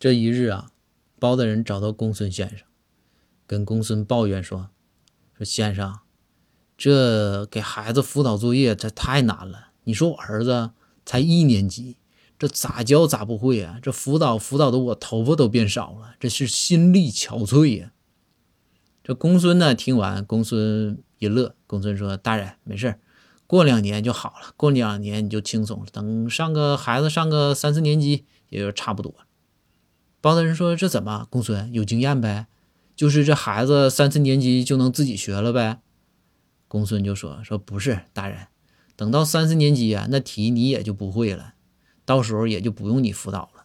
这一日啊，包大人找到公孙先生，跟公孙抱怨说先生，这给孩子辅导作业这太难了。你说我儿子才1年级，这咋教咋不会啊？这辅导的我头发都变少了，这是心力憔悴呀。这公孙呢，听完公孙一乐，公孙说：“大人没事，过2年就好了，过2年你就轻松了，等孩子上个3、4年级也就差不多了。”包大人说：“这怎么？公孙有经验呗？就是这孩子3、4年级就能自己学了呗？”公孙就说不是，大人，等到3、4年级啊，那题你也就不会了，到时候也就不用你辅导了。